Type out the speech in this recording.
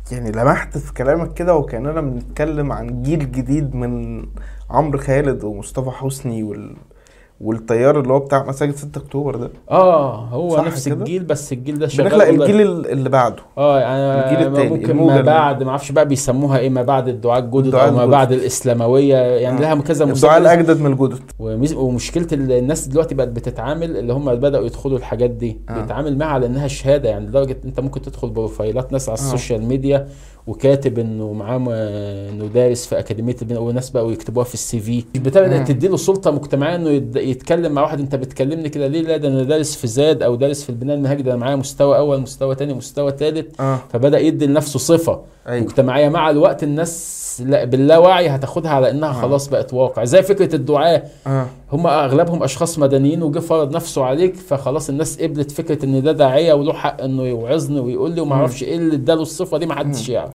يعني لمحت في كلامك كده وكأننا بنتكلم عن جيل جديد من عمرو خالد ومصطفى حسني والتيار اللي هو بتاع مساجد 6 اكتوبر ده. هو صح نفس كده، الجيل، بس الجيل ده شغال بنخلق الجيل اونلاين. اللي بعده، الجيل يعني التاني، ممكن ما الموجة بعد، ما اعرفش بقى بيسموها ايه، ما بعد الدعاة الجدد الدعاء او ما بعد الجدد. الاسلامويه، يعني لها كذا الدعاء مسمى. الأجدد من الجدد. ومشكله الناس دلوقتي بقت بتتعامل، اللي هم بداوا يدخلوا الحاجات دي بيتعامل معها على انها شهاده، يعني لدرجه انت ممكن تدخل بروفايلات ناس على السوشيال ميديا وكاتب انه معاه انه دارس في اكاديميه البناء، وناس بقوا يكتبوها في السي في. بدات تديله سلطه مجتمعيه انه يتكلم مع واحد، انت بتكلمني كده ليه؟ لا ده انا دارس في زاد او دارس في البناء المهاجي، ده انا معايا مستوى اول، مستوى تاني، مستوى تالت. فبدا يدي لنفسه صفه مجتمعيه. مع الوقت الناس باللاوعي هتاخدها على انها خلاص بقت واقع، زي فكره الدعاة. هم اغلبهم اشخاص مدنيين، وجه فرض نفسه عليك، فخلاص الناس قبلت فكره ان ده داعيه وله حق انه يوعظني ويقول لي، وما اعرفش ايه اللي اداله الصفه دي، ما حدش يعرف.